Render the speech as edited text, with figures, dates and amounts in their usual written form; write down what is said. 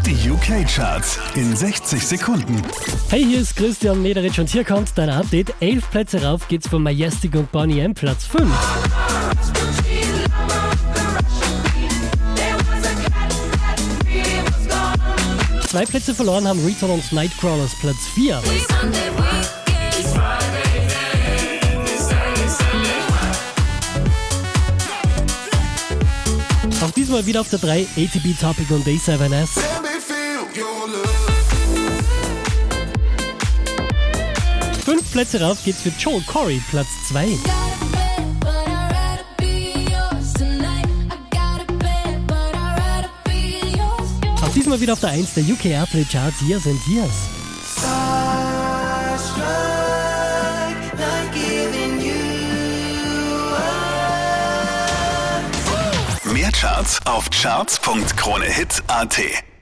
Die UK-Charts in 60 Sekunden. Hey, hier ist Christian Mederitsch und hier kommt dein Update. 11 Plätze rauf geht's von Majestic und Boney M, Platz 5. Zwei Plätze verloren haben Return und Nightcrawlers, Platz 4. Auch diesmal wieder auf der 3, ATB Topic und A7S. 5 Plätze rauf geht's für Joel Corey, Platz 2. Auch diesmal wieder auf der 1 der UK Airplay Charts, Years and Years. Mehr Charts auf charts.kronehit.at.